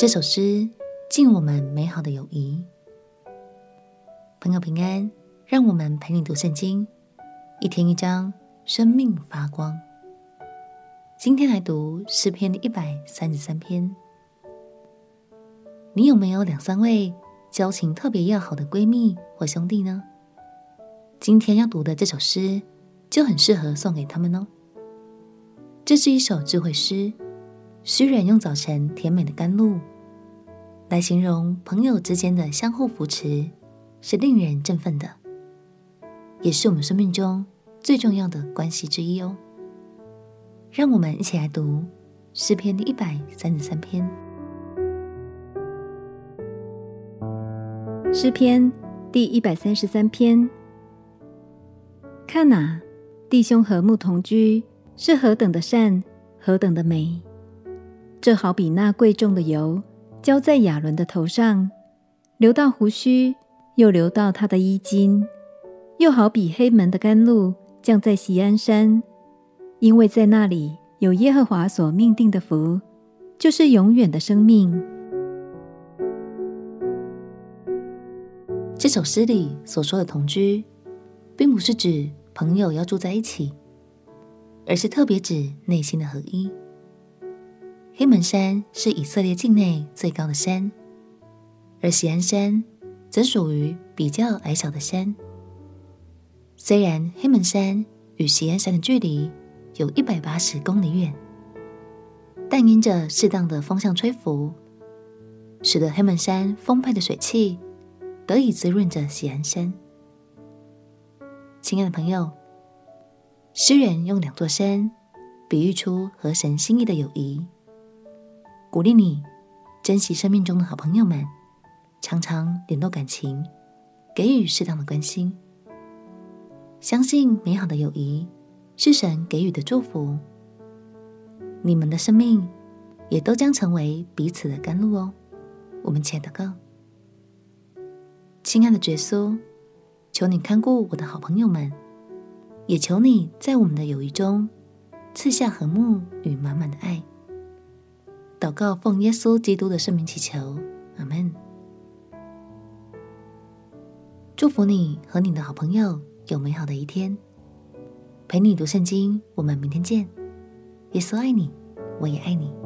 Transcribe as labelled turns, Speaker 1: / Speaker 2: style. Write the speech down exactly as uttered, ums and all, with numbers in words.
Speaker 1: 这首诗敬我们美好的友谊。朋友平安，让我们陪你读圣经，一天一章，生命发光。今天来读诗篇一百三十三篇。你有没有两三位交情特别要好的闺蜜或兄弟呢？今天要读的这首诗就很适合送给他们哦。这是一首智慧诗，诗人用早晨甜美的甘露来形容朋友之间的相互扶持，是令人振奋的，也是我们生命中最重要的关系之一哦。让我们一起来读诗篇一百三十三篇。
Speaker 2: 诗篇第一百三十三篇。看哪，弟兄和睦同居，是何等的善，何等的美！这好比那贵重的油浇在亚伦的头上，流到胡须，又流到他的衣襟；又好比黑门的甘露降在锡安山，因为在那里有耶和华所命定的福，就是永远的生命。
Speaker 1: 这首诗里所说的同居，并不是指朋友要住在一起，而是特别指内心的合一。黑门山是以色列境内最高的山，而锡安山则属于比较矮小的山。虽然黑门山与锡安山的距离有一百八十公里远，但因着适当的风向吹拂，使得黑门山丰沛的水汽得以滋润着锡安山。亲爱的朋友，诗人用两座山比喻出合神心意的友谊，鼓励你珍惜生命中的好朋友们，常常联络感情，给予适当的关心。相信美好的友谊是神给予的祝福，你们的生命也都将成为彼此的甘露哦。我们且祷告。亲爱的耶稣，求你看顾我的好朋友们，也求你在我们的友谊中赐下和睦与满满的爱。祷告奉耶稣基督的圣名祈求，阿们。祝福你和你的好朋友有美好的一天。陪你读圣经，我们明天见。耶稣爱你，我也爱你。